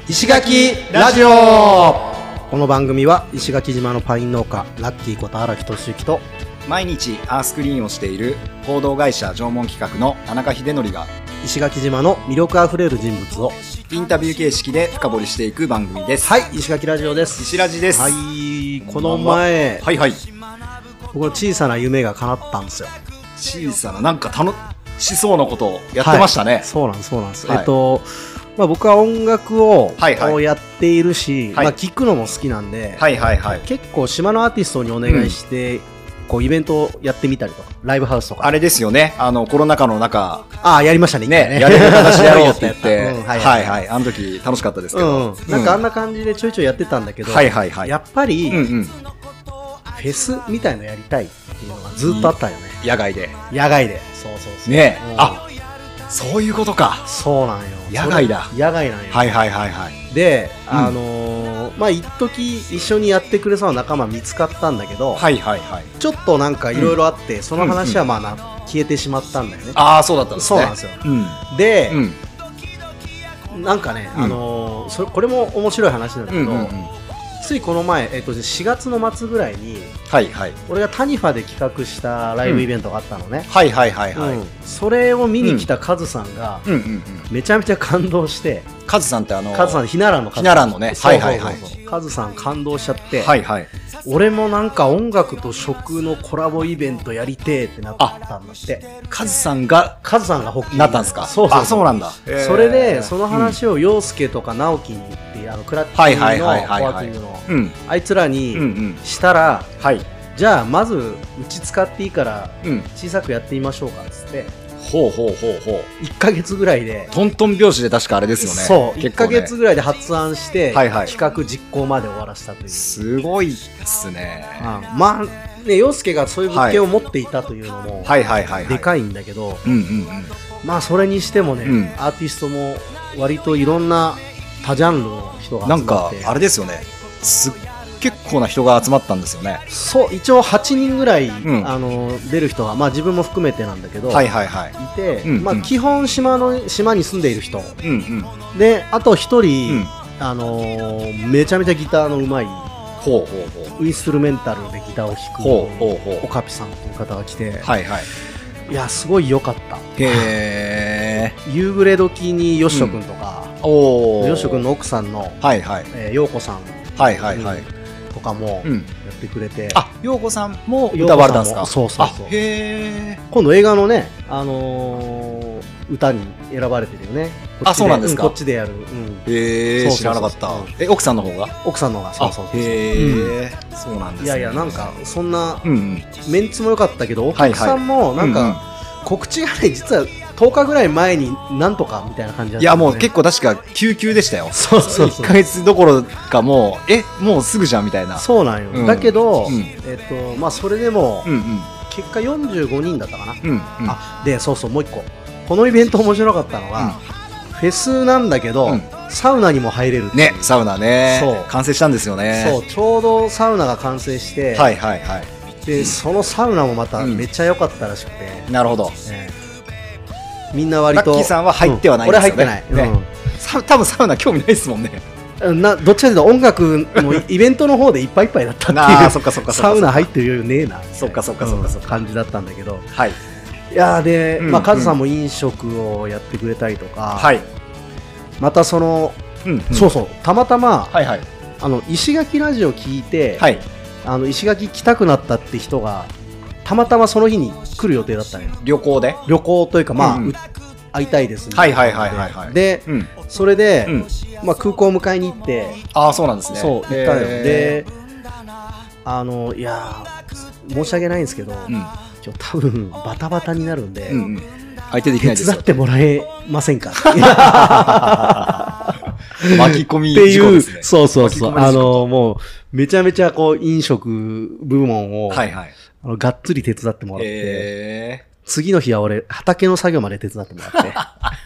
石垣ラジオ。この番組は石垣島のパイン農家ラッキーこと荒木俊之と毎日アースクリーンをしている報道会社縄文企画の田中秀則が石垣島の魅力あふれる人物をインタビュー形式で深掘りしていく番組です。 はい、石垣ラジオです。 石ラジです。 はい、この前僕の小さな夢が叶ったんですよ。 小さな、なんか楽しそうなことをやってましたね。 はい、そうなんです、はい、僕は音楽を、やっているし、聴くのも好きなんで、結構島のアーティストにお願いして、こうイベントをやってみたりとか、ライブハウスとか。 あれですよね、コロナ禍の中。 やりましたね。 やれる形でやろうって言って。あの時楽しかったですけど。 なんかあんな感じでちょいちょいやってたんだけど、やっぱり、フェスみたいのやりたいっていうのがずっとあったよね。 野外で。 そう。 ねえ。そういうことか。 そうなんよ。 野外だ。 野外なんよ。で、一時一緒にやってくれそうな仲間見つかったんだけど、ちょっとなんかいろいろあって、その話は消えてしまったんだよね。 そうだったんですね。 そうなんですよ。で、なんかね、これも面白い話なんだけど、ついこの前、4月の末ぐらいに、俺がタニファで企画したライブイベントがあったのね。それを見に来たカズさんがめちゃめちゃ感動して、 カズさんってカズさんひならんのね、 カズさん感動しちゃって、俺もなんか音楽と食のコラボイベントやりてーってなったんだって。 カズさんが発起なったんですか。そうなんだ。 それでその話を陽介とか直樹にっていうクラッチングのコワーキングのあいつらにしたら、じゃあまずうち使っていいから小さくやってみましょうかっつって、1ヶ月ぐらいでトントン拍子で、確かあれですよね。 そう1ヶ月ぐらいで発案して企画実行まで終わらせたという。 すごいですね。 陽介がそういう物件を持っていたというのもでかいんだけど、それにしてもね、アーティストも割といろんな多ジャンルの人が集まって、 なんかあれですよね、結構な人が集まったんですよね。 そう、一応8人ぐらい、出る人が、自分も含めてなんだけど、いて、基本島に住んでいる人、で、あと1人、めちゃめちゃギターのうまい、インストゥルメンタルでギターを弾くオカピさんという方が来て、いやすごい良かった。夕暮れ時にヨシト君とか、ヨシト君の奥さんの陽子さんとかもやってくれて、 陽子さんも歌われたんですか。 そう。今度映画のね、歌に選ばれてるよね。 そうなんですか。 こっちでやる。 知らなかった。奥さんの方が。そうなんですね。 いやなんかそんなメンツも良かったけど、お客さんもなんか告知がね、実は10日ぐらい前になんとかみたいな感じだった。 いやもう結構確か救急でしたよ。1ヶ月どころかもうすぐじゃんみたいな。 そうなんよ。だけどそれでも結果45人だったかな。でもう一個このイベント面白かったのが、フェスなんだけどサウナにも入れるね。 サウナね、完成したんですよね。 そう、ちょうどサウナが完成して、でそのサウナもまためっちゃ良かったらしくて。 なるほど。 みんな割とラッキーさんは入ってはないんですよね。 俺入ってない。 多分サウナ興味ないですもんね。 どっちかというと音楽のイベントの方でいっぱいいっぱいだったっていうサウナ入ってる余裕ねえな感じだったんだけど、いやでカズさんも飲食をやってくれたりとか、またそのたまたま石垣ラジオ聞いて石垣来たくなったって人がたまたまその日に来る予定だったのよ。旅行というか会いたいですみたいな。でそれで空港を迎えに行って、 そうなんですね。 そう行ったのよ。でいや申し訳ないんですけど、今日多分バタバタになるんで相手できないですよ。 手伝ってもらえませんか。 巻き込み事故ですね。そうもうめちゃめちゃこう飲食部門をがっつり手伝ってもらって、次の日は俺畑の作業まで手伝ってもらって。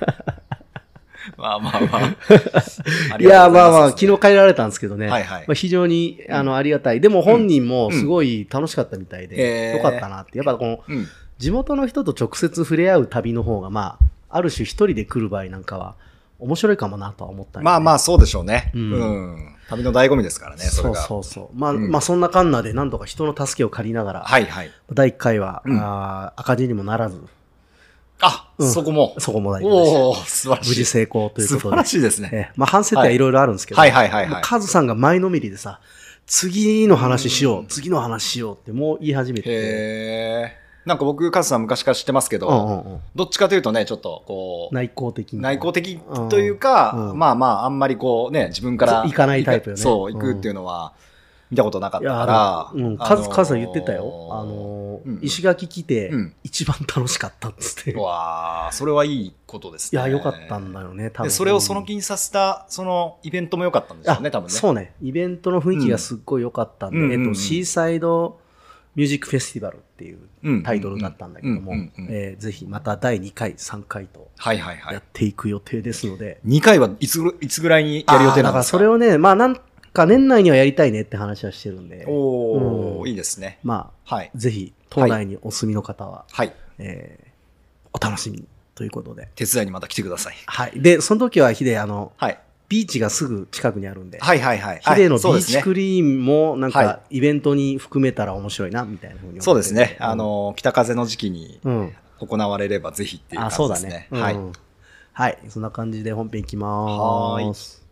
いや昨日帰られたんですけどね、非常にありがたい。でも本人もすごい楽しかったみたいで、よかったなって。やっぱこの地元の人と直接触れ合う旅の方がある種一人で来る場合なんかは面白いかもなとは思った、ね、 まあまあそうでしょうね。旅の醍醐味ですからね、それが。 そうそうそう。まあそんなかんなで何とか人の助けを借りながら、 はいはい。 第1回は、赤字にもならず。 そこも大丈夫でした。 無事成功ということで。 素晴らしいですね。 まあ反省点はいろいろあるんですけど、カズさんが前のめりでさ、次の話しようってもう言い始めて。 なんか僕、カズさん昔から知ってますけど、どっちかというとね、ちょっとこう、 内向的というか、まあまあ、あんまりこうね、自分から行かないタイプよね。 そう、行くっていうのは、見たことなかったから。 カズさん言ってたよ。石垣来て、一番楽しかったっつって。 わー、それはいいことですね。 いや、よかったんだよね、多分。 それをその気にさせた、そのイベントも良かったんですよね、多分ね。 そうね。イベントの雰囲気がすっごい良かったんで、シーサイドミュージックフェスティバルっていうタイトルだったんだけども、ぜひまた第2回、3回とやっていく予定ですので。 2回はいつぐらいにやる予定なんですか？ だからそれをね、まあなんか年内にはやりたいねって話はしてるんで。 いいですね。 まあ、ぜひ、島内にお住みの方は、お楽しみにということで。 手伝いにまた来てください。 はい。で、その時はヒデ、ビーチがすぐ近くにあるんで。ヒデのビーチクリーンもなんかイベントに含めたら面白いな、みたいなふうに思って。 そうですね。北風の時期に行われればぜひっていう感じですね。 はい。そんな感じで本編いきまーす。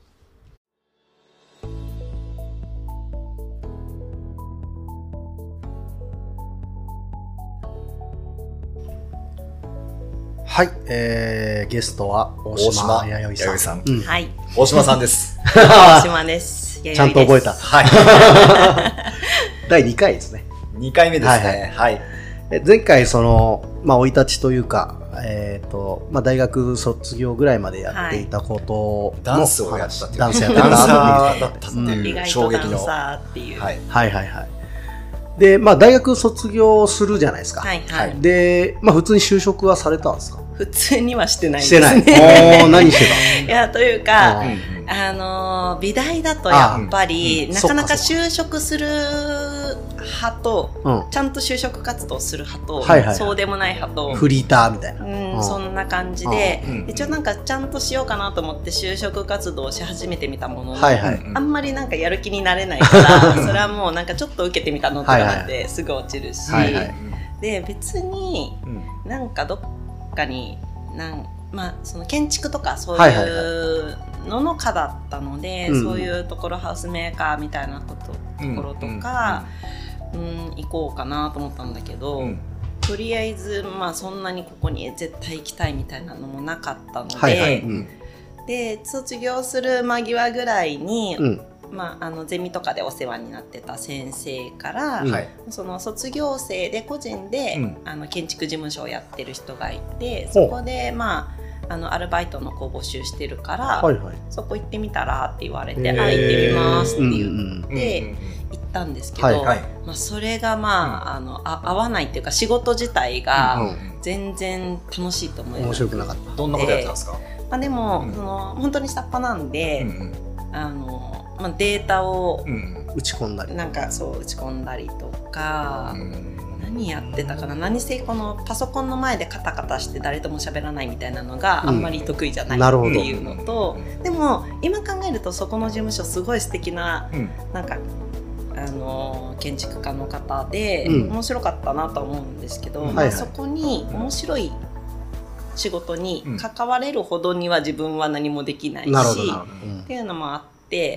はい、ゲストは大島弥生さん。 はい。 大島さんです。 大島です。 ちゃんと覚えた。 はい。 第2回ですね。 2回目ですね。はい。 前回、まあ、生い立ちというか、まあ、大学卒業ぐらいまでやっていたことの、 ダンスをやったっていう。 ダンサーだったっていう衝撃の。 ダンサーっていう。 はいはいはい。で、まあ、大学卒業するじゃないですか。 はいはい。 で、まあ、普通に就職はされたんですか？ 普通にはしてないですね。 してない。何してた？いや、というか、美大だとやっぱり、なかなか就職する派と、ちゃんと就職活動する派と、そうでもない派と、 フリーターみたいな。 そんな感じで、一応なんかちゃんとしようかなと思って就職活動をし始めてみたものの、あんまりなんかやる気になれないから、それはもうなんかちょっと受けてみたのとかなんてすぐ落ちるし、で、別になんかどっかにまあ、その建築とかそういうのの科だったので、そういうところハウスメーカーみたいなところとか、行こうかなと思ったんだけど、とりあえず、まあ、そんなにここに絶対行きたいみたいなのもなかったので、で卒業する間際ぐらいに、まあ、ゼミとかでお世話になってた先生から、その卒業生で個人で、建築事務所をやってる人がいて、そこで、まあ、アルバイトの子募集してるから、そこ行ってみたらって言われて、行ってみますって言って行ったんですけど、まあ、それが、まあ、合わないっていうか仕事自体が全然楽しいと思えなくて。 面白くなかった。 どんなことやってたんですか？ まあ、でも、本当に下っ端なんで、まあ、データを打ち込んだりなんかそう打ち込んだりとか、何やってたかな、何せこのパソコンの前でカタカタして誰とも喋らないみたいなのがあんまり得意じゃないっていうのと、でも今考えるとそこの事務所すごい素敵な、なんか建築家の方で、面白かったなと思うんですけど、まあ、そこに面白い仕事に関われるほどには自分は何もできないし、っていうのもあって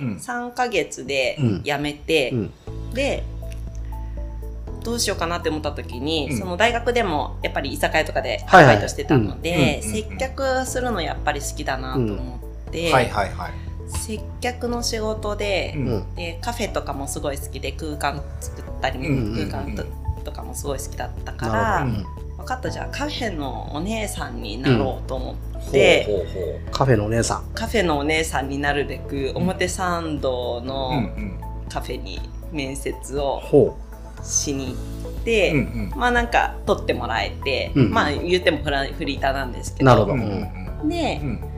3ヶ月で辞めて、でどうしようかなって思った時に、その大学でもやっぱり居酒屋とかでアルバイトしてたので、接客するのやっぱり好きだなと思って、接客の仕事で、カフェとかもすごい好きで空間作ったりも、空間とかもすごい好きだったから、分かった、じゃあカフェのお姉さんになろうと思って、 カフェのお姉さん、 カフェのお姉さんになるべく表参道のカフェに面接をしに行って、まあなんか取ってもらえて、まあ言ってもフリーターなんですけど、 なるほど、 で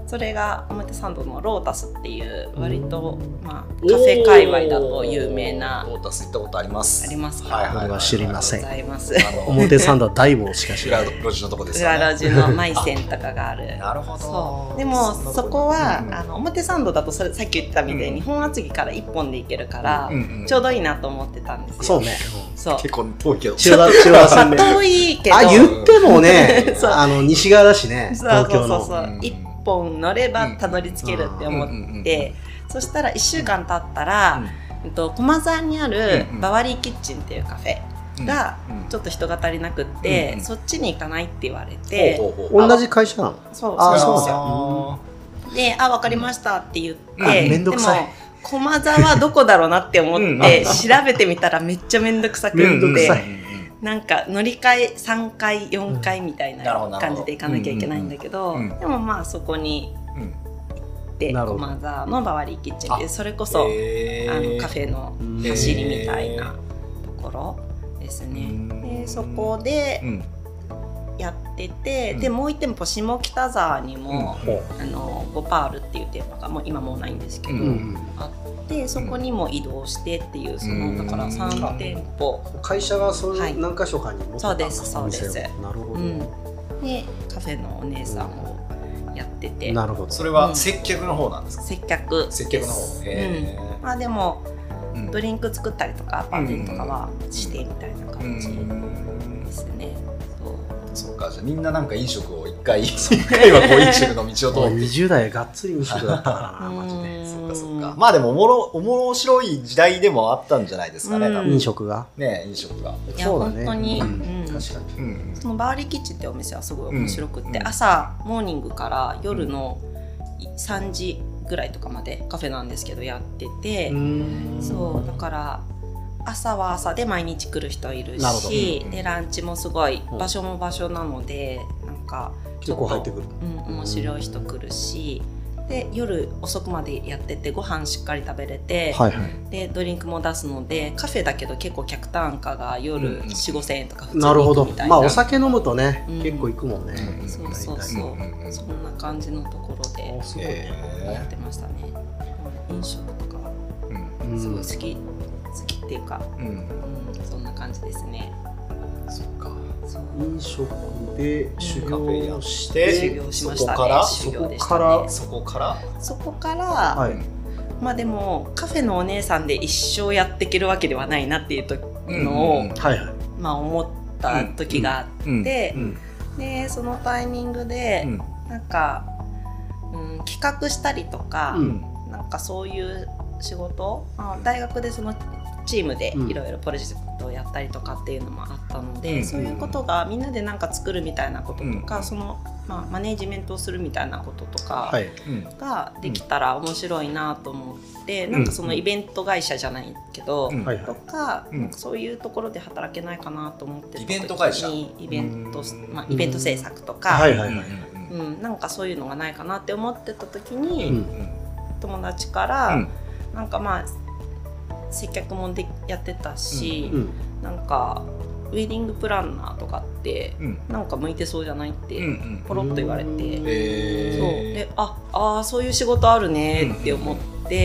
それが表参道のロータスっていう割と、まあ、カフェ界隈だと有名な。 ロータス行ったことあります。 ありますか。 はいはい、これは知りません。 表参道は大坊しか知らない。 裏路地のとこですよね。 裏路地のマイセンとかがある。 なるほど。 でもそこは表参道だとさっき言ってたみたいに本厚木から1本で行けるからちょうどいいなと思ってたんですよ。 そうね。 そう。結構遠いけど。 遠いけど。 言ってもね、西側だしね。東京の。 1本乗ればたどり着けるって思って、そしたら1週間経ったら駒沢にあるバワリーキッチンっていうカフェがちょっと人が足りなくってそっちに行かないって言われて。 同じ会社なの？ そうなんですよ。で、分かりましたって言って、でも駒沢はどこだろうなって思って調べてみたらめっちゃめんどくさくってなんか乗り換え3回4回みたいな感じで行かなきゃいけないんだけど、でもまあそこに行って駒沢のバワリーキッチンでそれこそカフェの走りみたいなところですね。でそこでやってて、でもう1店舗下北沢にもゴパールっていう店舗がもう今もうないんですけどあってそこにも移動してっていうそのだから3店舗会社がそういう何か所かに持ってたんだ。 そうです。 なるほど。 でカフェのお姉さんをやってて。 なるほど。 それは接客の方なんですか？ 接客の方。 まあでもドリンク作ったりとかバーテンとかはしてみたいな感じですね。 そうか、じゃあみんななんか飲食を一回はこう飲食の道を通って 20代がっつり飲食だったからなマジで。 そっかそっか。まあでも面白い時代でもあったんじゃないですかね。 飲食がね、飲食が。 いや本当に確かに。 そのバーリーキッチンってお店はすごい面白くって朝モーニングから夜の3時ぐらいとかまでカフェなんですけどやってて、そうだから朝は朝で毎日来る人いるし、でランチもすごい場所も場所なのでなんかちょっと入ってくる、 面白い人来るし、で夜遅くまでやっててご飯しっかり食べれて、でドリンクも出すのでカフェだけど結構客単価が夜 4,5,000 円とか普通に行くみたいな。 まあお酒飲むとね、結構行くもんね。 そうそんな感じのところでやってましたね。飲食とかすごい好きっていうか、そんな感じですね。 そっか。 飲食で修行しましたね。 そこからまあでもカフェのお姉さんで一生やっていけるわけではないなっていうのをまあ思った時があって、でそのタイミングでなんか企画したりとかなんかそういう仕事、大学でそのチームでいろいろプロジェクトをやったりとかっていうのもあったので、そういうことがみんなでなんか作るみたいなこととか、そのマネージメントをするみたいなこととかができたら面白いなと思って、なんかそのイベント会社じゃないけどとか、なんかそういうところで働けないかなと思ってた時にイベント会社、イベント制作とかなんかそういうのがないかなって思ってた時に、友達からなんかまあ接客もやってたし、なんかウェディングプランナーとかってなんか向いてそうじゃないってポロッと言われて、そうでそういう仕事あるねって思って、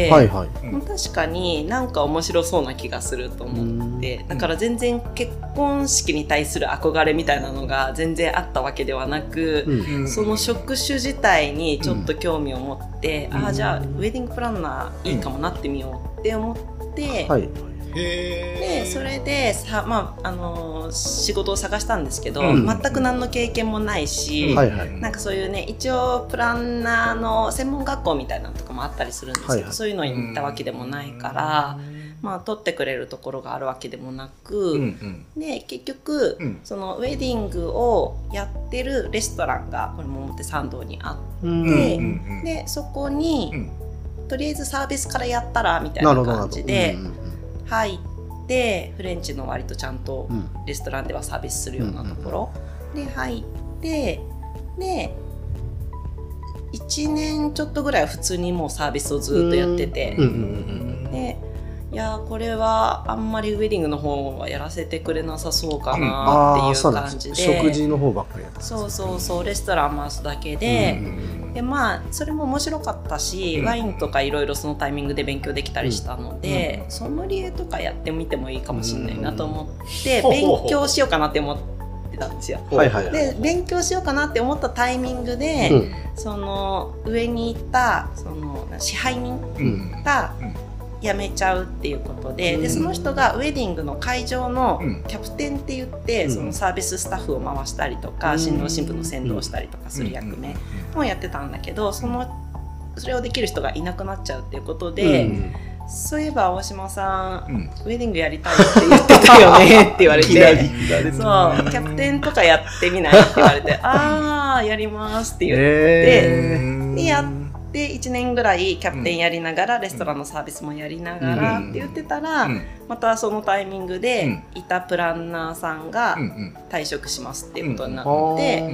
確かになんか面白そうな気がすると思って、だから全然結婚式に対する憧れみたいなのが全然あったわけではなく、その職種自体にちょっと興味を持って、じゃあウェディングプランナーいいかもなってみようって思って、でそれで仕事を探したんですけど、全く何の経験もないし、なんかそういうね一応プランナーの専門学校みたいなのとかもあったりするんですけど、そういうのに行ったわけでもないから、取ってくれるところがあるわけでもなく、で結局、そのウェディングをやってるレストランがこれも表参道にあって、でそこに、とりあえずサービスからやったらみたいな感じで入ってフレンチの割とちゃんとレストランではサービスするようなところで入ってで1年ちょっとぐらいは普通にもうサービスをずっとやっててでいやこれはあんまりウェディングの方はやらせてくれなさそうかなっていう感じで食事の方ばっかりやったそうレストラン回すだけででまあそれも面白かったし、ワインとかいろいろそのタイミングで勉強できたりしたので、ソムリエとかやってみてもいいかもしれないなと思って勉強しようかなって思ってたんですよ。で勉強しようかなって思ったタイミングで、その上にいたその支配人が辞めちゃうっていうことで、その人がウェディングの会場のキャプテンって言って、そのサービススタッフを回したりとか、新郎新婦の先導をしたりとかする役目をやってたんだけど、それをできる人がいなくなっちゃうっていうことで、そういえば大島さん、ウェディングやりたいって言ってたよねって言われてそうキャプテンとかやってみないって言われてああやりますって言って、でやって1年ぐらいキャプテンやりながら、レストランのサービスもやりながらって言ってたら、またそのタイミングでいたプランナーさんが退職しますっていうことになって、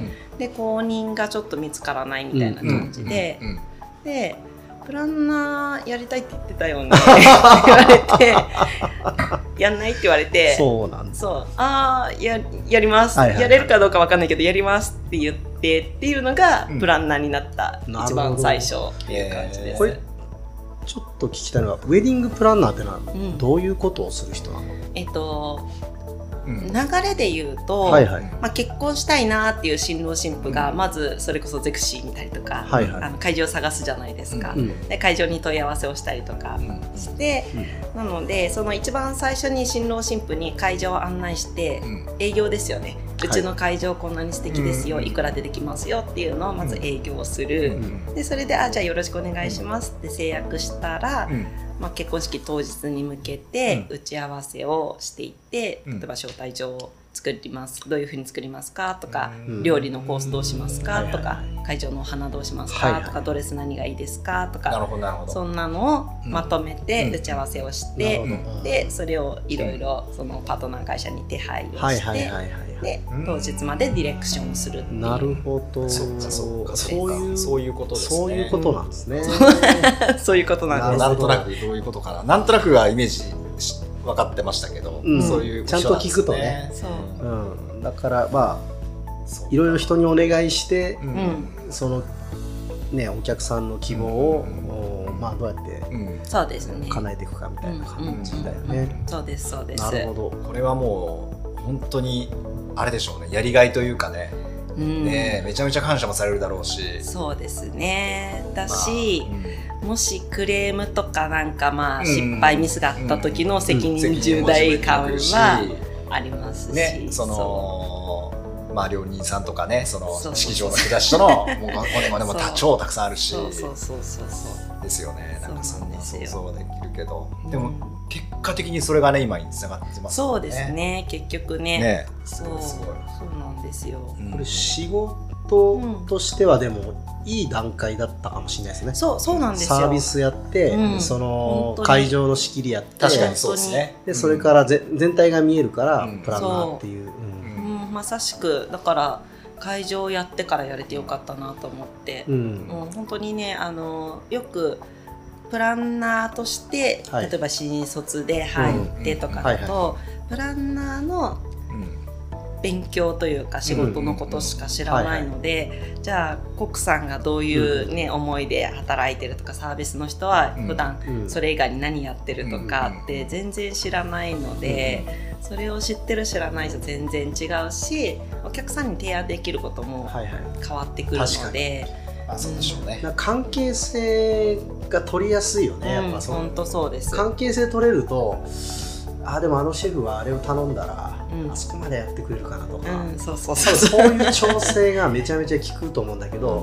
で後任がちょっと見つからないみたいな感じで、でプランナーやりたいって言ってたよねって言われてやんないって言われて、 そうなんです。 そうやります、やれるかどうかわかんないけどやりますって言ってっていうのがプランナーになった一番最初っていう感じです。 これちょっと聞きたいのは、ウェディングプランナーってのはどういうことをする人なの？ 流れで言うと、結婚したいなっていう新郎新婦がまずそれこそゼクシー見たりとか、会場を探すじゃないですか、で会場に問い合わせをしたりとかして、なのでその一番最初に新郎新婦に会場を案内して、営業ですよね、うちの会場こんなに素敵ですよ、いくらでできますよっていうのをまず営業をする、でそれでじゃあよろしくお願いしますって制約したら、結婚式当日に向けて打ち合わせをしていって、例えば招待状を作ります、どういうふうに作りますかとか、料理のコースどうしますかとか、会場のお花どうしますかとか、ドレス何がいいですかとか、そんなのをまとめて打ち合わせをして、でそれをいろいろそのパートナー会社に手配をして、で当日までディレクションをするっていう。 なるほど、 そういうことですね。 そういうことなんですね。 そういうことなんです。 なんとなくどういうことかな、なんとなくはイメージ分かってましたけど、そういうちゃんと聞くとね、だからまあいろいろ人にお願いして、そのねお客さんの希望をどうやって叶えていくかみたいな感じだよね。 そうですそうです。 なるほど。 これはもう本当にあれでしょうね、やりがいというかね、めちゃめちゃ感謝もされるだろうし。 そうですね。だし、もしクレームとかなんか失敗ミスがあった時の責任重大感はありますし、 ね、その料理人さんとかね、その式場の人たちとのもう骨も超たくさんあるし、ですよね。なんかそんな想像はできるけど、でも結果的にそれがね今につながってますね。 そうですね、結局ね。そうなんですよ。 これ仕事としてはでもいい段階だったかもしれないですね。 そうなんですよ。 サービスやって、その会場の仕切りやって、 確かにそうですね。 でそれから全体が見えるからプランナーっていう。 まさしくだから会場をやってからやれてよかったなと思って、本当にねよくプランナーとして、例えば新卒で入ってとかだと、プランナーの勉強というか仕事のことしか知らないので、じゃあコックさんがどういう思いで働いてるとか、サービスの人は普段それ以外に何やってるとかって全然知らないので、それを知ってる知らないじゃ全然違うし、お客さんに提案できることも変わってくるので、 そうでしょうね。 関係性が取りやすいよね。やっぱ本当そうです。 関係性取れると、でもあのシェフはあれを頼んだら、あそこまでやってくれるかなとか、そういう調整がめちゃめちゃ効くと思うんだけど、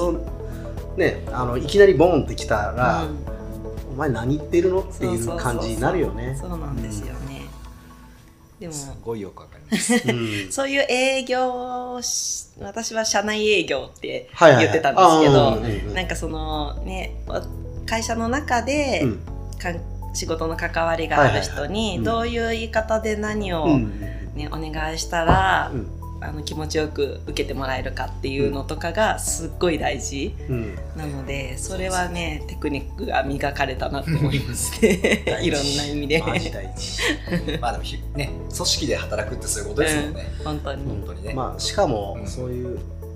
いきなりボーンってきたら、お前何言ってるのっていう感じになるよね。 そうなんですよね。でもすごいよくわかります。 そういう営業、私は社内営業って言ってたんですけど、なんかそのね、会社の中で仕事の関わりがある人にどういう言い方で何をねお願いしたら気持ちよく受けてもらえるかっていうのとかがすっごい大事なので、それはねテクニックが磨かれたなと思いますね。いろんな意味で。 マジ大事。 でもね、組織で働くってそういうことですもんね。 本当にね。 しかもそういう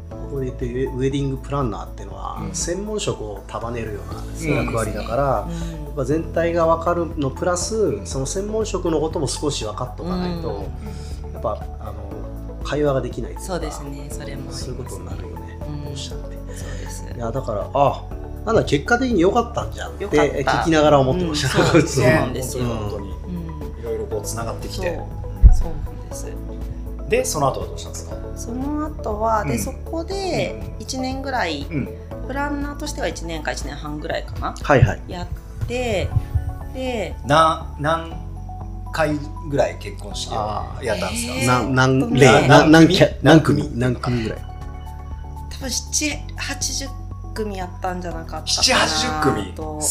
ここで言ってウェディングプランナーっていうのは、専門職を束ねるような役割だから、やっぱ全体が分かるのプラス、その専門職のことも少し分かっとかないと、やっぱ会話ができないというか、 そうですね、それもそういうことになるよね、おっしゃって。 そうです。 いやだからなんだ結果的に良かったんじゃんって聞きながら思ってました。 そうなんですよ。 本当にいろいろこうつながってきて。 そうなんです。 でその後はどうしたんですか？ その後はでそこで1年ぐらい、プランナーとしては1年か1年半ぐらいかな、やってで何回ぐらい結婚式をやったんですか？ 何組ぐらい？ 多分70-80組やったんじゃなかったかなと思います。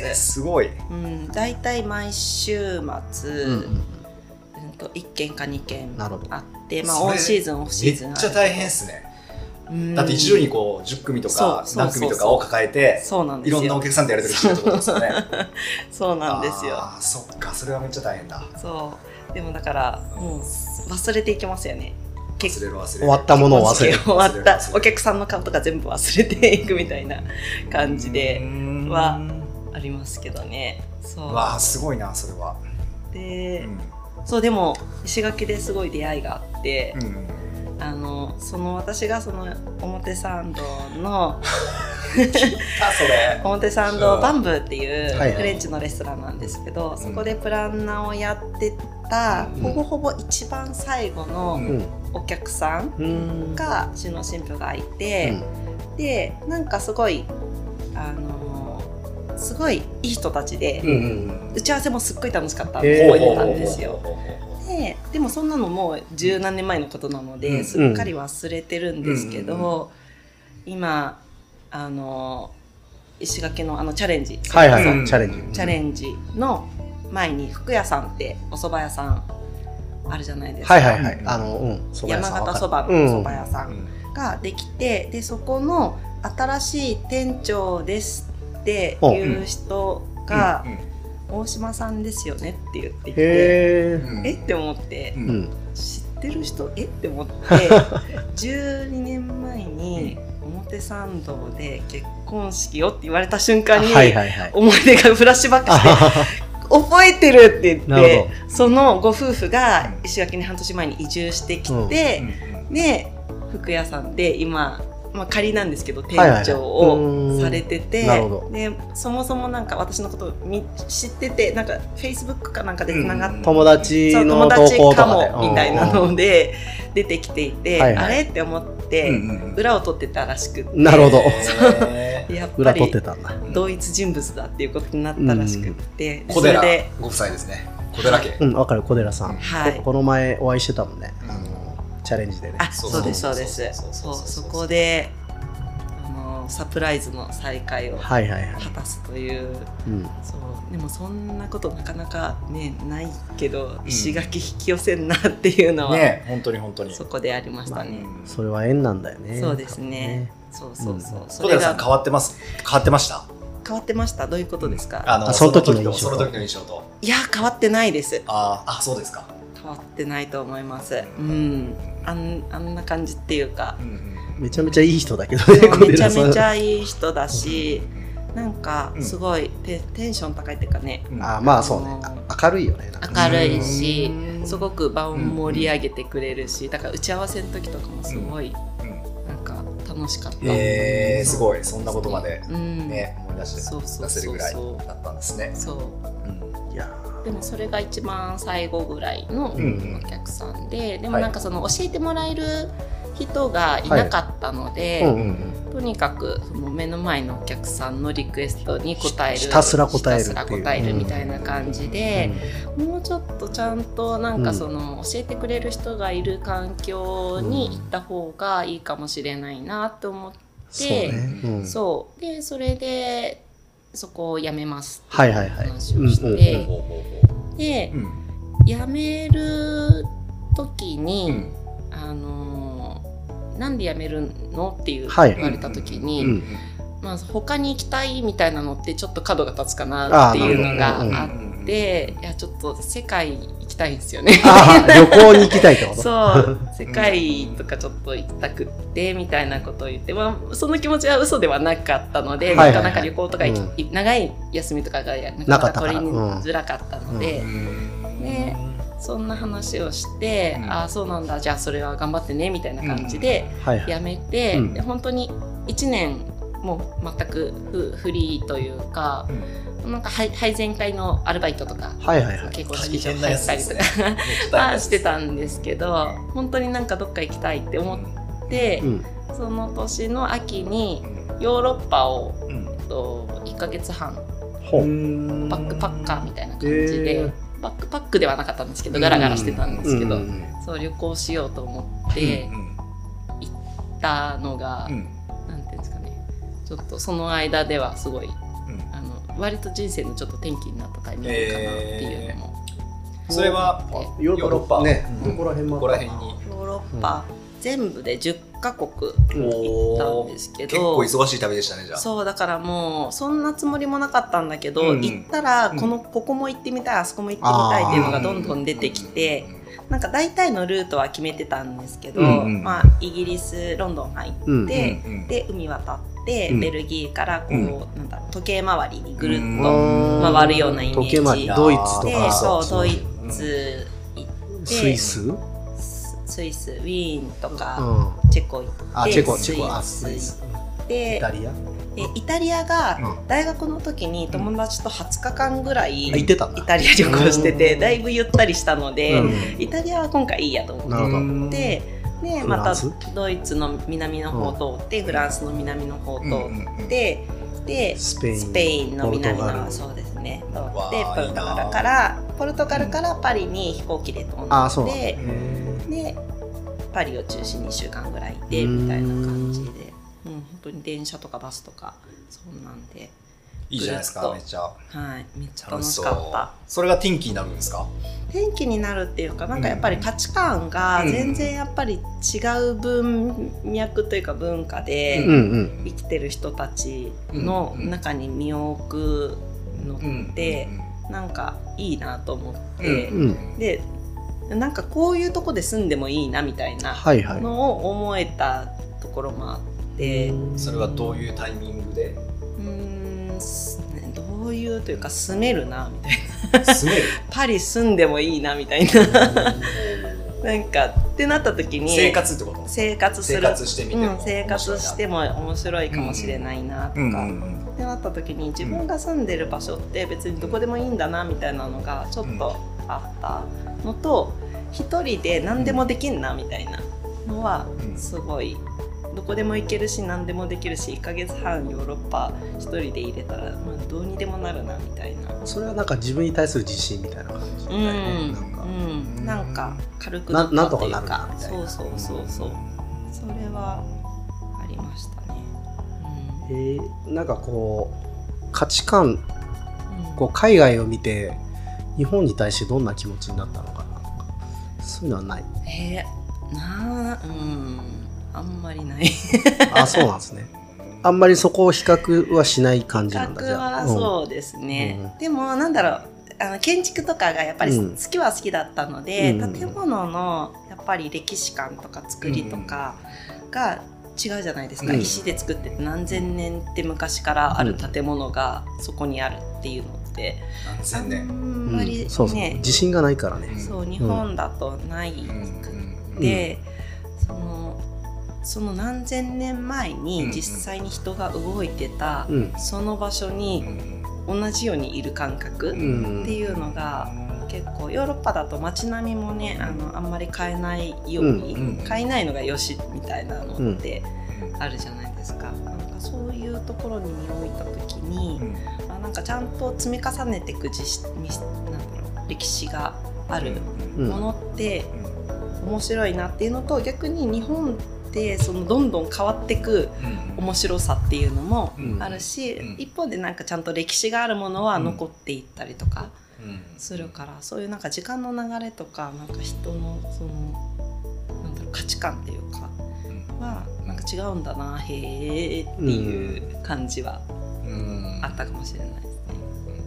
すごい。 だいたい毎週末、1件か2件あって、オンシーズンオフシーズンめっちゃ大変ですね。だって一度にこう10組とか何組とかを抱えて、いろんなお客さんとやり取りしてるってことですよね。 そうなんですよ。 そっか、それはめっちゃ大変だ。 そうでもだからもう忘れていきますよね。 終わったものを忘れる、 終わったお客さんの顔とか全部忘れていくみたいな感じではありますけどね。 わあすごいなそれは。 で、そうでも石垣ですごい出会いがあって、私がその表参道の表参道バンブーっていうフレンチのレストランなんですけど、そこでプランナーをやってたほぼほぼ一番最後のお客さんが新郎新婦がいて、でなんかすごいすごいいい人たちで、打ち合わせもすっごい楽しかったって覚えてたんですよ。でもそんなのもう十何年前のことなのですっかり忘れてるんですけど、今石垣のチャレンジ、チャレンジの前に福屋さんってお蕎麦屋さんあるじゃないですか。山形そばのお蕎麦屋さんができて、でそこの新しい店長ですっていう人が大島さんですよねって言ってきて、って思って、知ってる人って思って12年前に表参道で結婚式をって言われた瞬間に思い出がフラッシュバックして覚えてるって言って、そのご夫婦が石垣に半年前に移住してきて、で服屋さんで今仮なんですけど店長をされてて、でそもそもなんか私のことを知ってて、なんかフェイスブックかなんかでつながって、 友達の投稿とかでかもみたいなので出てきていて、あれって思って裏を取ってたらしくて、 なるほど、 やっぱり同一人物だっていうことになったらしくて、 小寺ご夫妻ですね。小寺家。 わかる、小寺さん。この前お会いしてたもんね。チャレンジでね。 そうですそうです。そこでサプライズの再会を果たすという。でもそんなことなかなかねないけど、石垣引き寄せんなっていうのは本当に本当にそこでありましたね。 それは縁なんだよね。 そうですね。そう。 小寺さん変わってました？ 変わってました。どういうことですか？ その時の印象と。 いや変わってないです。 そうですか。 変わってないと思います。あんな感じっていうか、 めちゃめちゃいい人だけどね。 めちゃめちゃいい人だし、なんかすごいテンション高いっていうかね。 そうね。明るいよね。 明るいし、すごく場を盛り上げてくれるし、だから打ち合わせの時とかもすごいなんか楽しかった。 すごいそんなことまでね思い出せるぐらいだったんですね。 でもそれが一番最後ぐらいのお客さんで、でもなんかその教えてもらえる人がいなかったので、とにかくその目の前のお客さんのリクエストに応える、 ひたすら応えるみたいな感じで、もうちょっとちゃんとなんかその教えてくれる人がいる環境に行った方がいいかもしれないなと思って、でそれでそこを辞めますっていう話をして、で辞める時になんで辞めるのって言われた時に、他に行きたいみたいなのってちょっと角が立つかなっていうのがあって、いやちょっと世界行きたいんですよね。 旅行に行きたいってこと？ そう世界とかちょっと行きたくってみたいなことを言って、その気持ちは嘘ではなかったので、なかなか旅行とか長い休みとかがなかなか取りづらかったので、でそんな話をして、ああそうなんだ、じゃあそれは頑張ってねみたいな感じでやめて、で本当に1年もう全くフリーというか、なんか配膳会のアルバイトとか、結構式場入ったりとかしてたんですけど、本当になんかどっか行きたいって思って、その年の秋にヨーロッパを1ヶ月半バックパッカーみたいな感じで、バックパックではなかったんですけどガラガラしてたんですけど、そう旅行しようと思って行ったのが、なんていうんですかね、ちょっとその間ではすごい割と人生のちょっと転機になったタイミングかなっていうのも、 それはヨーロッパね、どこら辺にヨーロッパ全部で10カ国行ったんですけど、 結構忙しい旅でしたね。じゃあそうだからもうそんなつもりもなかったんだけど、行ったらここも行ってみたい、あそこも行ってみたいっていうのがどんどん出てきて、なんか大体のルートは決めてたんですけど、イギリスロンドン入って、で海渡ってベルギーからこう、なんだろう、時計回りにぐるっと回るようなイメージ、 時計回りドイツとか、 そうドイツ行って、 スイスウィーンとか、チェコ行って、スイスでイタリアが大学の時に友達と20日間ぐらいイタリア旅行してて、だいぶゆったりしたので、イタリアは今回いいやと思って、でまたドイツの南の方通って、フランスの南の方通って、でスペインの南のそうですね通ってポルトガルからパリに飛行機で飛んで、でパリを中心に1週間ぐらいいてみたいな感じで、本当に電車とかバスとかそんなんでいいじゃないですか。めっちゃ、 はい、めっちゃ楽しかった。 それが転機になるんですか？ 転機になるっていうか、なんかやっぱり価値観が全然やっぱり違う文脈というか文化で生きてる人たちの中に身を置くのってなんかいいなと思って、でなんかこういうとこで住んでもいいなみたいなのを思えたところもあって、 それはどういうタイミングで？ どういうというか、住めるなみたいなパリ住んでもいいなみたいななんかってなった時に、 生活ってこと？生活してみても、 生活しても面白いかもしれないなとか、ってなった時に自分が住んでる場所って別にどこでもいいんだなみたいなのがちょっとあったのと、一人で何でもできんなみたいなのはすごい、どこでも行けるし何でもできるし、1ヶ月半ヨーロッパ一人で入れたら、どうにでもなるなみたいな。 それはなんか自分に対する自信みたいな感じだよね。 なんか軽くなったっていうか、そう。それはありましたね。 なんかこう価値観、こう海外を見て日本に対してどんな気持ちになったのかな、そういうのはない？ あんまりないそうなんですね。あんまりそこを比較はしない感じなんだ。 比較はそうですね、でもなんだろう、建築とかがやっぱり好きは好きだったので、建物のやっぱり歴史観とか作りとかが違うじゃないですか、石で作ってて何千年って昔からある建物がそこにあるっていうのってあんまりね、 そう自信がないからね。 そう日本だとないくて、その何千年前に実際に人が動いてたその場所に同じようにいる感覚っていうのが結構、ヨーロッパだと街並みもね、あんまり変えないように、変えないのがよしみたいなのってあるじゃないですか。なんかそういうところに身を置いた時に、なんかちゃんと積み重ねていく歴史があるものって面白いなっていうのと、逆に日本でそのどんどん変わっていく面白さっていうのもあるし、一方でなんかちゃんと歴史があるものは残っていったりとかするから、そういうなんか時間の流れとか、なんか人のそのなんだろう、価値観っていうかはなんか違うんだな、へーっていう感じはあったかもしれないですね。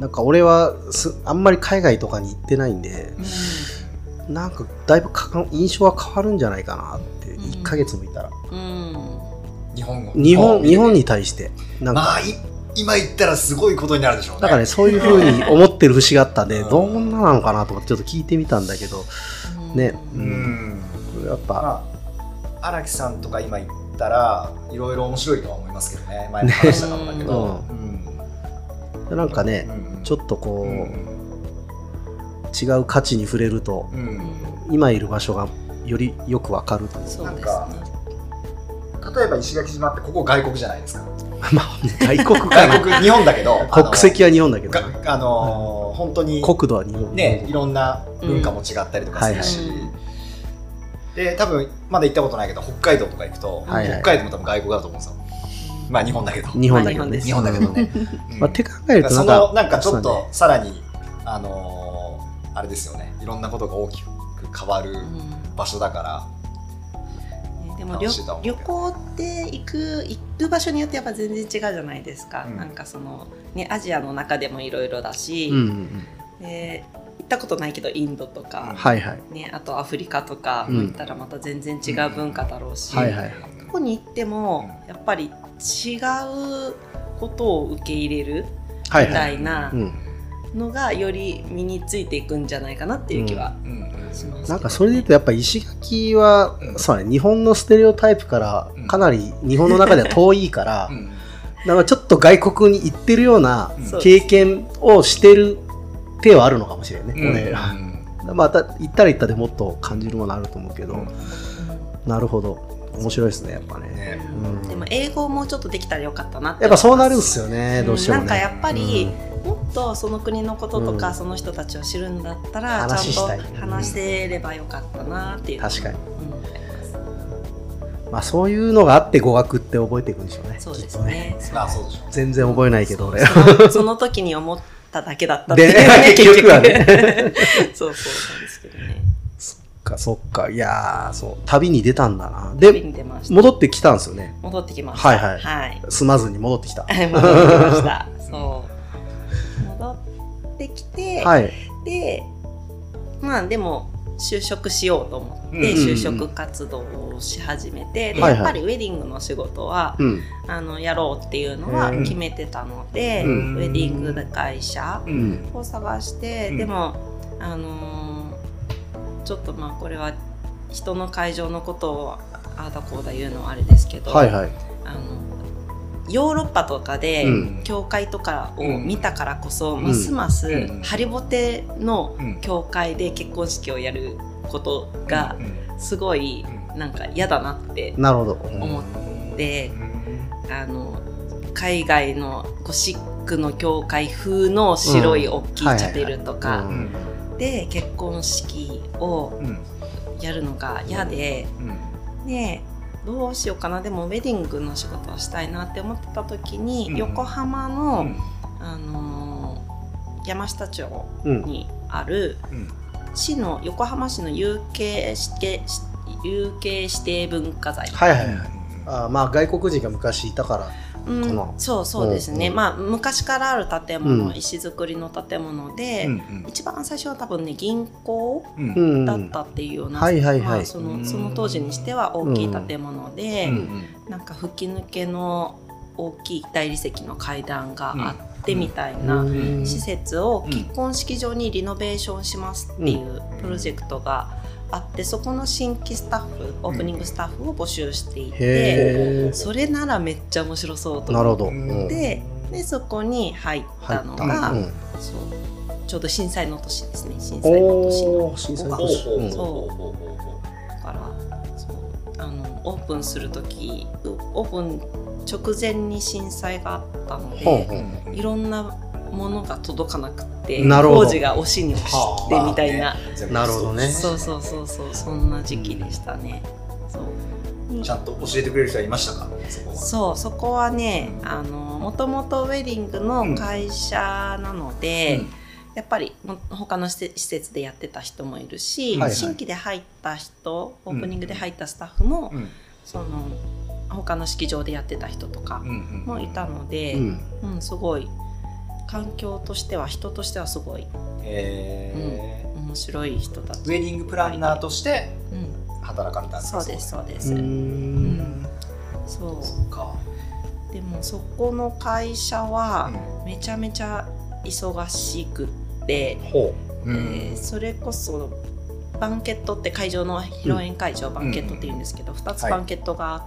なんか俺はあんまり海外とかに行ってないんで、なんかだいぶ印象は変わるんじゃないかなって1ヶ月もいたら、日本に対してなんか、 今言ったらすごいことになるでしょうね。 だからね、そういうふうに思ってる節があったんで、どんななのかなと思ってちょっと聞いてみたんだけどね。やっぱ荒木さんとか今言ったらいろいろ面白いとは思いますけどね。前も話したかもだけど、 なんかね、ちょっとこう違う価値に触れると、今いる場所がよりよくわかるという。 なんか例えば石垣島ってここ外国じゃないですか。 まあ外国かな。 日本だけど、 国籍は日本だけど、 本当に国土は日本ね、いろんな文化も違ったりとかするし、で多分まだ行ったことないけど北海道とか行くと、北海道も多分外国だと思うんですよ。まあ日本だけど。 日本だけどね。 日本だけどね。 まあって考えるとなんかちょっとさらにあれですよね。いろんなことが大きく変わる場所だから。 でも旅行って行く場所によってやっぱ全然違うじゃないですか。なんかそのね、アジアの中でもいろいろだし、行ったことないけどインドとか、ね、あとアフリカとか行ったらまた全然違う文化だろうし、どこに行ってもやっぱり違うことを受け入れるみたいなのがより身についていくんじゃないかなっていう気はします。 なんかそれで言うとやっぱ石垣は、そうね、日本のステレオタイプからかなり日本の中では遠いから、なんかちょっと外国に行ってるような経験をしてる手はあるのかもしれないね。また行ったら行ったでもっと感じるものあると思うけど、なるほど。面白いですね、やっぱね。 でも英語もうちょっとできたらよかったなって。 やっぱそうなるんですよね、どうしてもね。 なんかやっぱりもっとその国のこととかその人たちを知るんだったらちゃんと話せればよかったなっていう。 確かに。まあそういうのがあって語学って覚えていくんでしょうね。 そうですね。 全然覚えないけど俺。 その時に思っただけだったっていうね。 結局はね。 そうなんですけどね。 そっか、いやー、そう、旅に出たんだな。で、戻ってきたんですよね。 戻ってきました。はい。 住まずに戻ってきた。 戻ってきました。そう。戻ってきて、で、まあでも、就職しようと思って、就職活動をし始めて、で、やっぱりウェディングの仕事は、やろうっていうのは決めてたので、ウェディング会社を探して、でも、ちょっとまあこれは人の会場のことをああだこうだ言うのはあれですけど、ヨーロッパとかで教会とかを見たからこそ、ますますハリボテの教会で結婚式をやることがすごいなんか嫌だなって思って、海外のゴシックの教会風の白い大きいチャペルとかで結婚式をやるのが嫌で、どうしようかな、でもウェディングの仕事をしたいなって思ってた時に、横浜の、山下町にある横浜市の有形指定文化財、 まあ外国人が昔いたからそうですね、まあ昔からある建物、石造りの建物で、一番最初は多分ね銀行だったっていうような、その当時にしては大きい建物で、なんか吹き抜けの大きい大理石の階段があってみたいな施設を結婚式場にリノベーションしますっていうプロジェクトがあって、そこの新規スタッフ、オープニングスタッフを募集していて、それならめっちゃ面白そうと思って、でそこに入ったのが、ちょうど震災の年ですね。震災の年のだからオープンする時、オープン直前に震災があったので、いろんなものが届かなくて、工事が押しに押してみたいな、 なるほどね。 そうそんな時期でしたね。 ちゃんと教えてくれる人はいましたか？ そこはね、もともとウェディングの会社なので、やっぱり他の施設でやってた人もいるし、新規で入った人、オープニングで入ったスタッフも、その他の式場でやってた人とかもいたので、すごい環境としては人としてはすごい、面白い人たち。 ウェディングプランナーとして働かれたんですか？ そうですそうです。そうか。でもそこの会社はめちゃめちゃ忙しくって、それこそバンケットって会場の披露宴会場、バンケットって言うんですけど、2つバンケットがあって、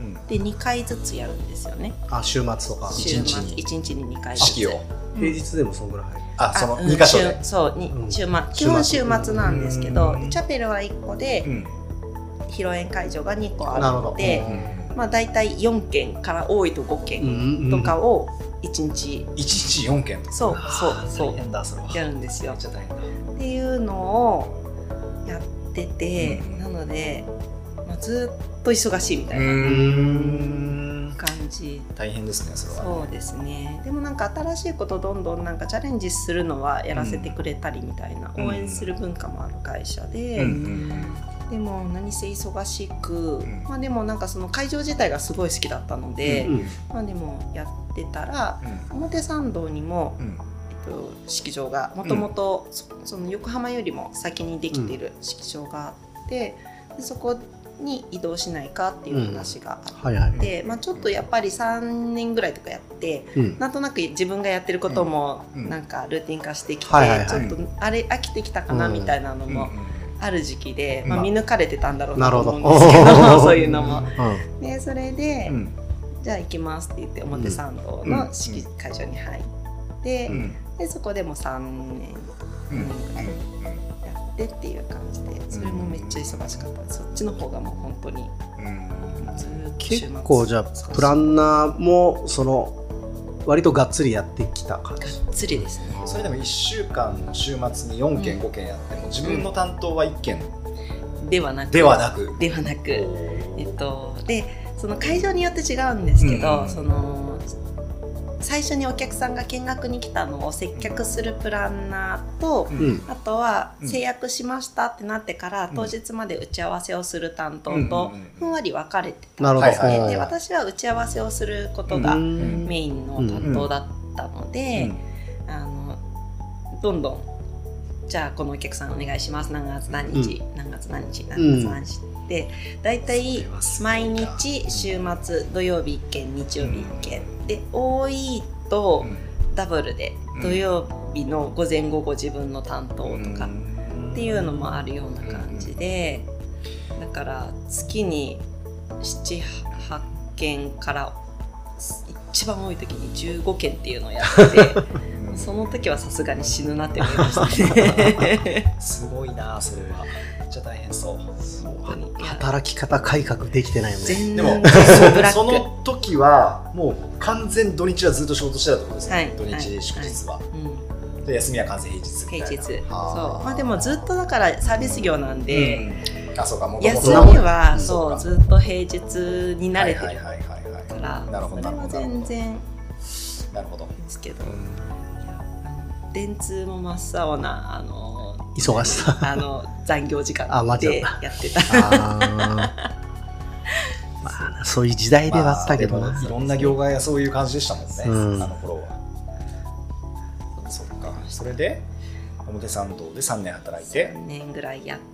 で2回ずつやるんですよね。 週末とか 1日に2回ずつ。 式を平日でもそんぐらい入る。 その2箇所で。 そう、基本週末なんですけど、チャペルは1個で、披露宴会場が2個あるので、だいたい4件から多いと5件とかを1日 4件とか、 そうやるんですよ。っていうのをやってて、なので、ずっと忙しいみたいな感じ。 大変ですね、それは。 そうですね。でもなんか新しいことどんどんなんかチャレンジするのはやらせてくれたりみたいな、応援する文化もある会社で、でも何せ忙しく、でもなんかその会場自体がすごい好きだったので、でもやってたら、表参道にも、式場がもともとその横浜よりも先にできている式場があって、でそこに移動しないかっていう話があって、ちょっとやっぱり3年ぐらいとかやって、なんとなく自分がやってることもなんかルーティン化してきて、ちょっとあれ飽きてきたかなみたいなのもある時期で、見抜かれてたんだろうなと思うんですけど、そういうのも。でそれで、じゃあ行きますって言って表参道の式会場に入って、でそこでも3年ぐらいやってっていう感じで、それもめっちゃ忙しかったです。そっちの方がもう本当にずっと週末。 結構じゃあプランナーもその割とがっつりやってきた感じ。 がっつりですね。 それでも1週間の週末に4件5件やっても、自分の担当は1件ではなく、でその会場によって違うんですけど、その最初にお客さんが見学に来たのを接客するプランナーと、あとは制約しましたってなってから当日まで打ち合わせをする担当とふんわり分かれてたんですね。で私は打ち合わせをすることがメインの担当だったので、どんどんじゃあこのお客さんお願いします、何月何日、何月何日で、だいたい毎日週末土曜日1件日曜日1件で、多いとダブルで土曜日の午前午後自分の担当とかっていうのもあるような感じで、だから月に 7,8 件から一番多い時に15件っていうのをやってその時はさすがに死ぬなって思いましたねすごいな、それはめっちゃ大変そう。 働き方改革できてないよね。 でもその時はもう完全土日はずっと仕事してたってことですね、土日祝日は、で休みは完全平日みたいな。 そう、でもずっとだからサービス業なんで、 そうか、もう休みはそうずっと平日に慣れてるから、それは全然ですけど、電通も真っ青な忙しさ残業時間でやってたそういう時代ではあったけどな、 いろんな業界がそういう感じでしたもんね、あの頃は。そっか。それで表参道で3年働いて 3年ぐらいやって、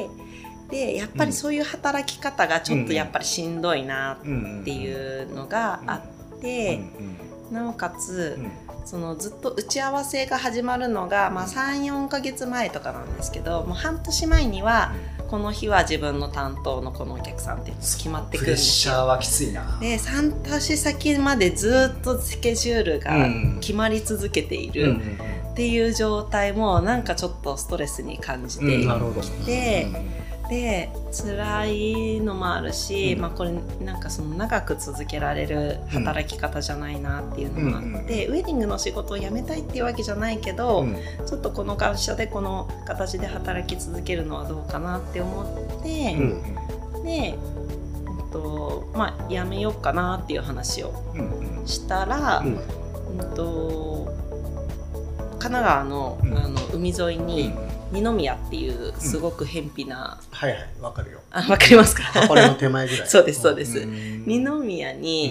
でやっぱりそういう働き方がちょっとやっぱりしんどいなっていうのがあって、なおかつそのずっと打ち合わせが始まるのが、3、4ヶ月前とかなんですけど、もう半年前にはこの日は自分の担当のこのお客さんって決まってくるんですよ。 プレッシャーはきついな。 で3年先までずっとスケジュールが決まり続けているっていう状態もなんかちょっとストレスに感じてきて、で辛いのもあるし、これなんかその長く続けられる働き方じゃないなっていうのもあって、ウェディングの仕事を辞めたいっていうわけじゃないけど、ちょっとこの会社でこの形で働き続けるのはどうかなって思って、で、辞めようかなっていう話をしたら、神奈川の、海沿いに二宮っていうすごく偏僻な、 はいはい、わかるよ。 わかりますか？ 箱根の手前ぐらい。 そうですそうです。二宮に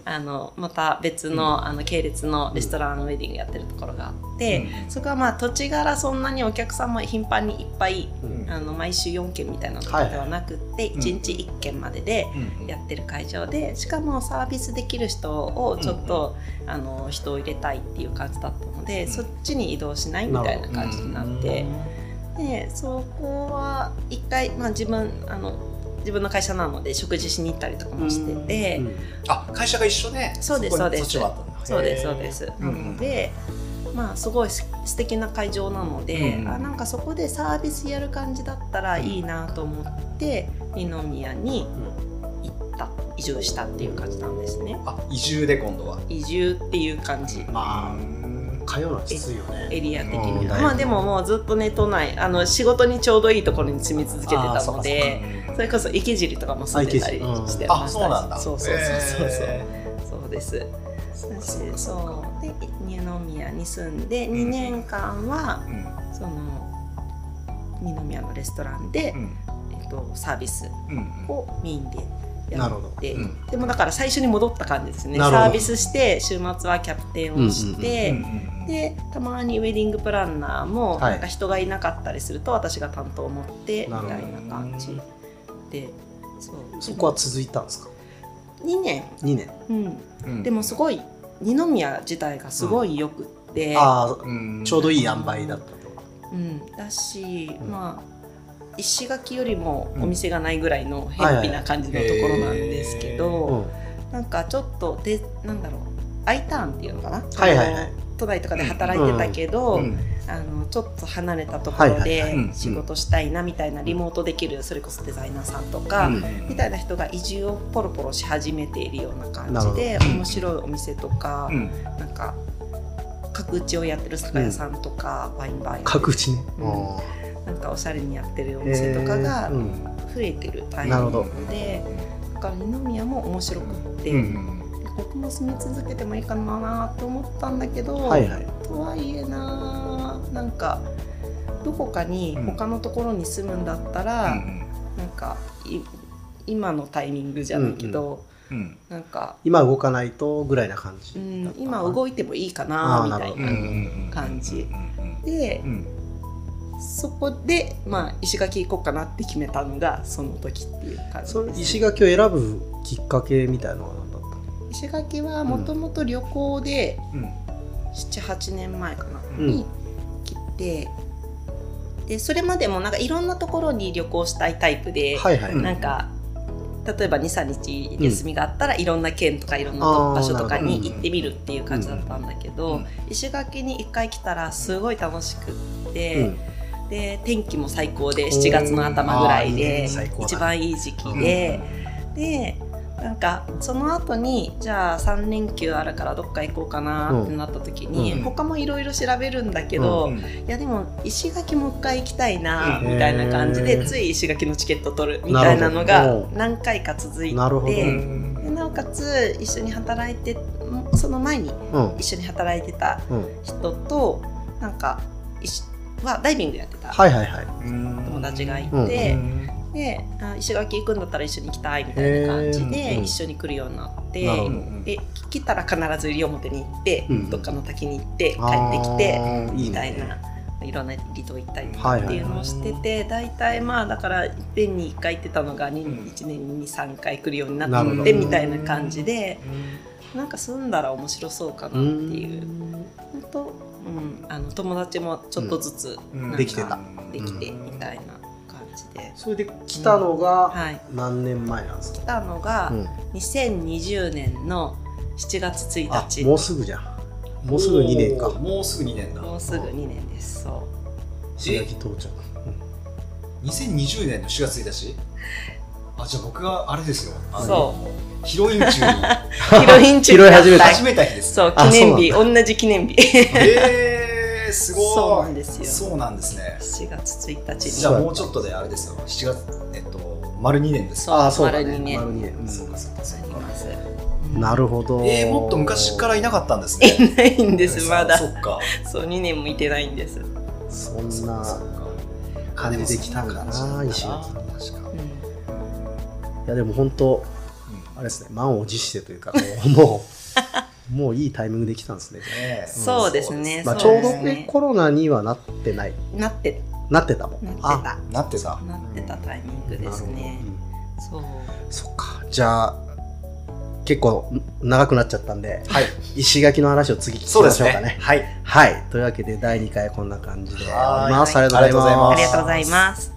また別の、系列のレストランウェディングやってるところがあって、そこはまあ土地柄そんなにお客さんも頻繁にいっぱい、毎週4件みたいなところではなくって、1日1件まででやってる会場で、しかもサービスできる人をちょっと、人を入れたいっていう感じだったので、そっちに移動しないみたいな感じになって、でそこは一回、まあ、自分の会社なので食事しに行ったりとかもしてて、 会社が一緒で、 そうですそうです、そうですそうです。 なので、まあすごい素敵な会場なので、なんかそこでサービスやる感じだったらいいなと思って二宮に移住したっていう感じなんですね。 移住で今度は移住っていう感じ。 まあ通うのはきついよね、 エリア的に。まあでももうずっとね、都内仕事にちょうどいいところに住み続けてたので、それこそ池尻とかも住んでたりしてましたし。 そうなんだ。 そうです。そうで二宮に住んで2年間は、その二宮のレストランで、サービスをメインでやって、でもだから最初に戻った感じですね。サービスして週末はキャプテンをして、でたまにウェディングプランナーもなんか人がいなかったりすると私が担当を持ってみたいな感じで、 そこは続いたんですか ？2年、でもすごい二宮自体がすごいよくって、 ちょうどいい塩梅だったと。 だし、まあ石垣よりもお店がないぐらいの偏僻な感じのところなんですけど、なんかちょっとなんだろう、Iターンっていうのかな、都内とかで働いてたけど、ちょっと離れたところで仕事したいなみたいな、リモートできるそれこそデザイナーさんとかみたいな人が移住をポロポロし始めているような感じで、面白いお店とか、なんか角打ちをやってる酒屋さんとか、ワインバーやってる角打ちね、 なんかおしゃれにやってるお店とかが増えてるタイミングで、だから二宮も面白くって、ここも住み続けてもいいかなと思ったんだけど、とはいえなんかどこかに他のところに住むんだったら、なんか今のタイミングじゃないけど、なんか今動かないとぐらいな感じ、 今動いてもいいかなみたいな感じで、そこで、まあ、石垣行こうかなって決めたのがその時っていう感じです。 石垣を選ぶきっかけみたいなのは何だったの？ 石垣はもともと旅行で、7、8年前かな、に来て、でそれまでもなんかいろんなところに旅行したいタイプで、なんか例えば 2,3 日休みがあったらいろんな県とかいろんな場所とかに行ってみるっていう感じだったんだけど、石垣に1回来たらすごい楽しくって、で天気も最高で7月の頭ぐらいで一番いい時期で、でなんかその後にじゃあ3連休あるからどっか行こうかなってなった時に、他もいろいろ調べるんだけど、いやでも石垣もう一回行きたいなみたいな感じで、つい石垣のチケット取るみたいなのが何回か続いて、でなおかつ一緒に働いて、その前に一緒に働いてた人となんかはダイビングやってた友達がいて、で石垣行くんだったら一緒に行きたいみたいな感じで一緒に来るようになって、で来たら必ず西表に行って、どっかの滝に行って帰ってきてみたいな、いろんな離島行ったりとかっていうのをしてて、大体まあだから年に1回行ってたのが1年に3回来るようになってみたいな感じで、なんか住んだら面白そうかなっていうのと、友達もちょっとずつできてみたいな感じで。 それで来たのが何年前なんですか？ 来たのが2020年の7月1日。 もうすぐじゃん。もうすぐ2年か。 もうすぐ2年だ。 もうすぐ2年です。そう。 石垣到着。 2020年の4月1日。じゃあ僕があれですよ。 そうヒロイン中にヒロイン中に始めた日です。 そう、記念日、同じ記念日。 すごい。 そうなんですよ。 そうなんですね。 7月1日に。 じゃあもうちょっとであれですよ。7月丸2年です。 そう、丸2年。 そうかそうかそうか。 なるほど。 もっと昔からいなかったんですね。 いないんです、まだ。 そっか。 そう、2年もいてないんです。 そんな感じできたんだな、石垣に。確か。いやでも本当あれですね、満を持してというか、もういいタイミングで来たんですね。 そうですね。 まあちょうどコロナにはなってない。 なってたもん。 なってたタイミングですね。 そっか。じゃあ結構長くなっちゃったんで、石垣の話を次聞きましょうかね。はい。というわけで第2回こんな感じで終わります。ありがとうございます。 ありがとうございます。